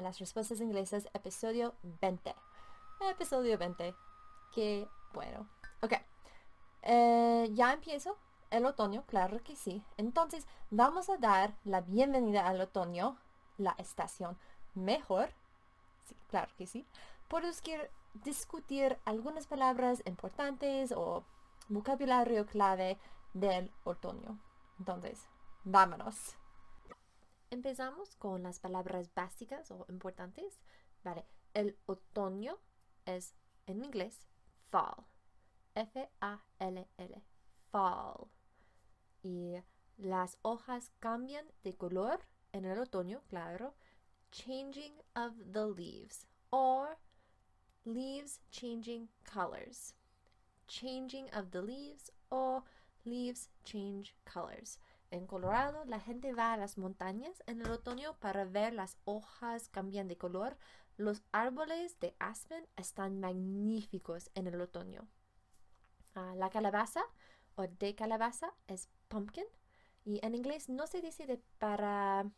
las respuestas inglesas, episodio 20. Episodio 20. Qué bueno. Ok. Ya empiezo el otoño, claro que sí. Entonces, vamos a dar la bienvenida al otoño, la estación mejor. Sí, claro que sí. Por discutir algunas palabras importantes o vocabulario clave del otoño. Entonces, vámonos. Empezamos con las palabras básicas o importantes. Vale, el otoño es en inglés fall. F-A-L-L. Fall. Y las hojas cambian de color en el otoño, claro. Changing of the leaves. Or leaves changing colors. Changing of the leaves o leaves change colors. En Colorado, la gente va a las montañas en el otoño para ver las hojas cambian de color. Los árboles de aspen están magníficos en el otoño. La calabaza o de calabaza es pumpkin. Y en inglés no se dice para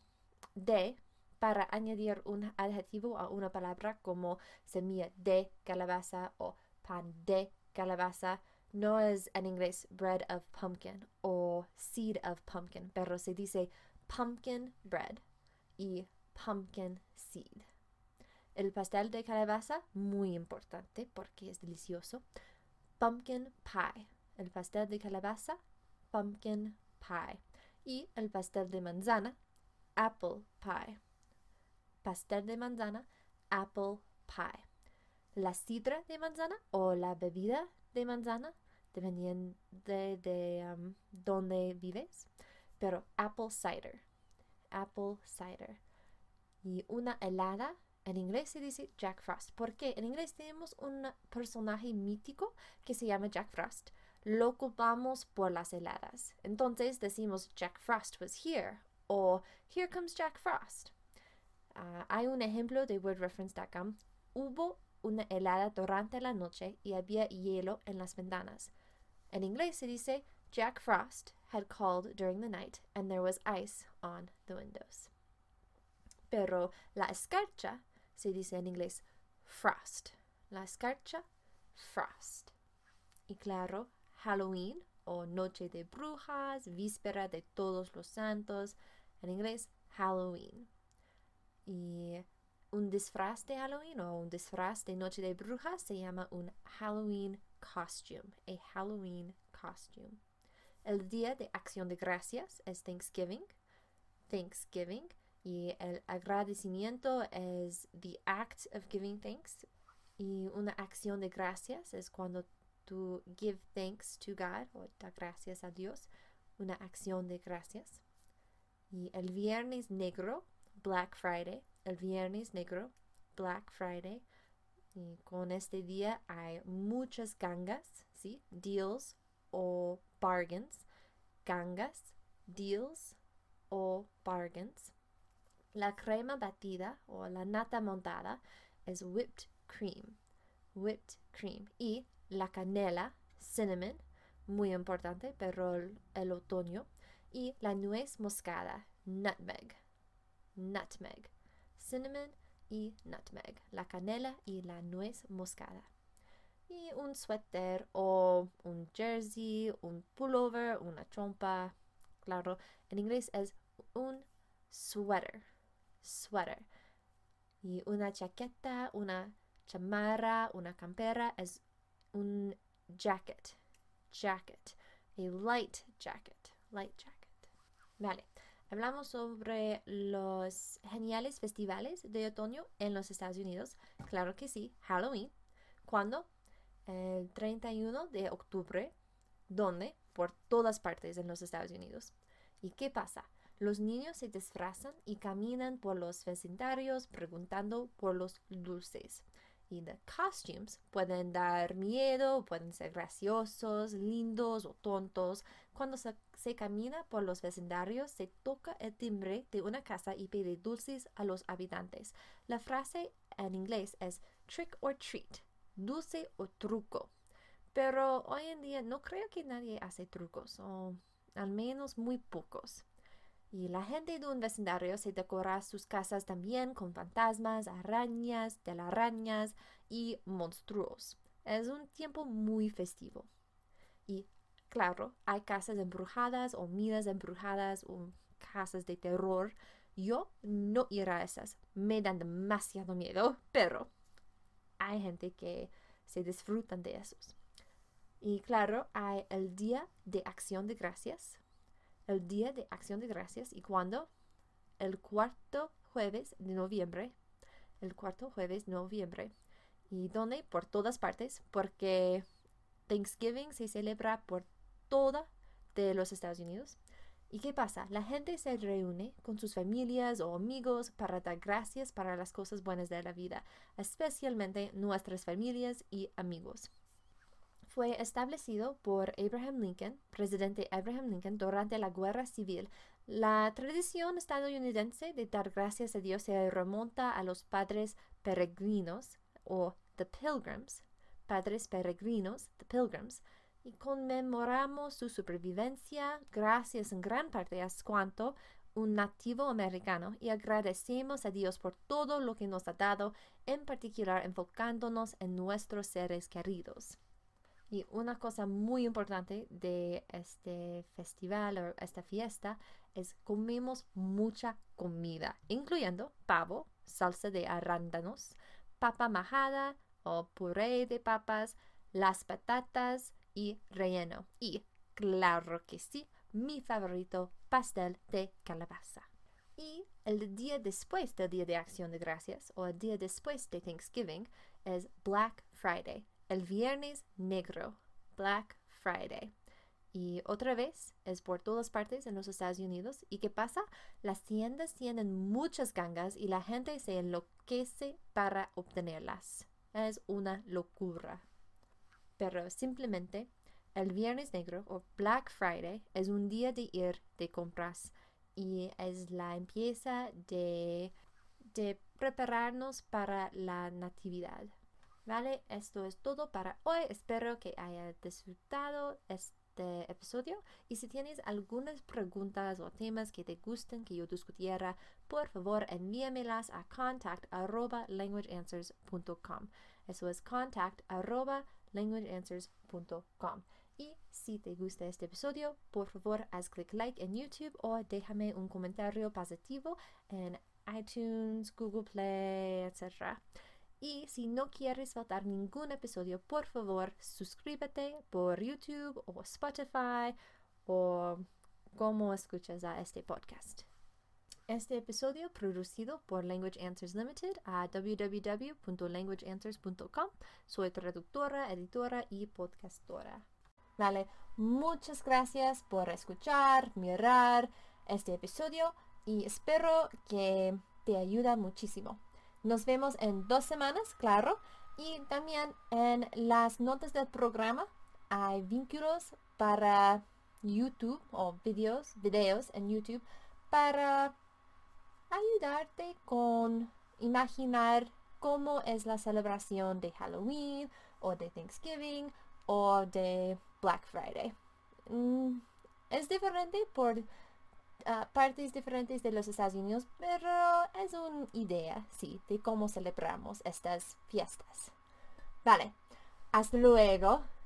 añadir un adjetivo a una palabra como semilla de calabaza o pan de calabaza. No es en inglés bread of pumpkin o seed of pumpkin, pero se dice pumpkin bread y pumpkin seed. El pastel de calabaza, muy importante porque es delicioso. Pumpkin pie. El pastel de calabaza, pumpkin pie. Y el pastel de manzana, apple pie. Pastel de manzana, apple pie. La sidra de manzana o la bebida de manzana, dependiendo de dónde vives, pero apple cider. Apple cider. Y una helada, en inglés se dice Jack Frost. Porque en inglés tenemos un personaje mítico que se llama Jack Frost. Lo ocupamos por las heladas. Entonces decimos Jack Frost was here o Here comes Jack Frost. Hay un ejemplo de wordreference.com. Hubo una helada durante la noche y había hielo en las ventanas. En inglés se dice Jack Frost had called during the night and there was ice on the windows. Pero la escarcha se dice en inglés frost. La escarcha, frost. Y claro, Halloween o Noche de Brujas, Víspera de Todos los Santos, en inglés Halloween. Y un disfraz de Halloween o un disfraz de Noche de Brujas se llama un Halloween costume. A Halloween costume. El día de acción de gracias es Thanksgiving. Thanksgiving. Y el agradecimiento es the act of giving thanks. Y una acción de gracias es cuando tú give thanks to God o da gracias a Dios. Una acción de gracias. Y el viernes negro, Black Friday. El viernes negro, Black Friday. Y con este día hay muchas gangas, ¿sí? Deals o bargains. Gangas, deals o bargains. La crema batida o la nata montada es whipped cream. Whipped cream. Y la canela, cinnamon, muy importante, pero el otoño. Y la nuez moscada, nutmeg. Nutmeg. Cinnamon y nutmeg. La canela y la nuez moscada. Y un suéter o un jersey, un pullover, una chompa. Claro, en inglés es un sweater. Sweater. Y una chaqueta, una chamarra, una campera es un jacket. Jacket. A light jacket. Light jacket. Vale. Hablamos sobre los geniales festivales de otoño en los Estados Unidos. Claro que sí. Halloween. ¿Cuándo? El 31 de octubre. ¿Dónde? Por todas partes en los Estados Unidos. ¿Y qué pasa? Los niños se disfrazan y caminan por los vecindarios preguntando por los dulces. Y the costumes pueden dar miedo, pueden ser graciosos, lindos o tontos. Cuando se camina por los vecindarios, se toca el timbre de una casa y pide dulces a los habitantes. La frase en inglés es trick or treat, dulce o truco. Pero hoy en día no creo que nadie hace trucos, o al menos muy pocos. Y la gente de un vecindario se decora sus casas también con fantasmas, arañas, telarañas y monstruos. Es un tiempo muy festivo. Y claro, hay casas embrujadas o minas embrujadas o casas de terror. Yo no iré a esas. Me dan demasiado miedo, pero hay gente que se disfrutan de esos. Y claro, hay el Día de Acción de Gracias. El Día de Acción de Gracias. ¿Y cuándo? El cuarto jueves de noviembre. El cuarto jueves de noviembre. ¿Y dónde? Por todas partes, porque Thanksgiving se celebra por toda de los Estados Unidos. ¿Y qué pasa? La gente se reúne con sus familias o amigos para dar gracias para las cosas buenas de la vida, especialmente nuestras familias y amigos. Fue establecido por Abraham Lincoln, presidente Abraham Lincoln, durante la Guerra Civil. La tradición estadounidense de dar gracias a Dios se remonta a los padres peregrinos o the Pilgrims, padres peregrinos, the Pilgrims, y conmemoramos su supervivencia gracias en gran parte a cuanto un nativo americano y agradecemos a Dios por todo lo que nos ha dado, en particular enfocándonos en nuestros seres queridos. Y una cosa muy importante de este festival o esta fiesta es comemos mucha comida, incluyendo pavo, salsa de arándanos, papa majada o puré de papas, las patatas y relleno. Y claro que sí, mi favorito, pastel de calabaza. Y el día después del Día de Acción de Gracias o el día después de Thanksgiving es Black Friday. El viernes negro, Black Friday. Y otra vez es por todas partes en los Estados Unidos. ¿Y qué pasa? Las tiendas tienen muchas gangas y la gente se enloquece para obtenerlas. Es una locura. Pero simplemente el viernes negro o Black Friday es un día de ir de compras y es la empieza de prepararnos para la natividad. Vale, esto es todo para hoy. Espero que haya disfrutado este episodio. Y si tienes algunas preguntas o temas que te gusten que yo discutiera, por favor envíamelas a contact@languageanswers.com. Eso es contact@languageanswers.com. Y si te gusta este episodio, por favor haz clic like en YouTube o déjame un comentario positivo en iTunes, Google Play, etc. Y si no quieres faltar ningún episodio, por favor, suscríbete por YouTube o Spotify o como escuchas a este podcast. Este episodio producido por Language Answers Limited a www.languageanswers.com. Soy traductora, editora y podcastora. Vale, muchas gracias por escuchar, mirar este episodio y espero que te ayude muchísimo. Nos vemos en 2 semanas, claro. Y también en las notas del programa hay vínculos para YouTube o videos en YouTube para ayudarte con imaginar cómo es la celebración de Halloween o de Thanksgiving o de Black Friday. Es diferente por partes diferentes de los Estados Unidos, pero es una idea, sí, de cómo celebramos estas fiestas. Vale, hasta luego.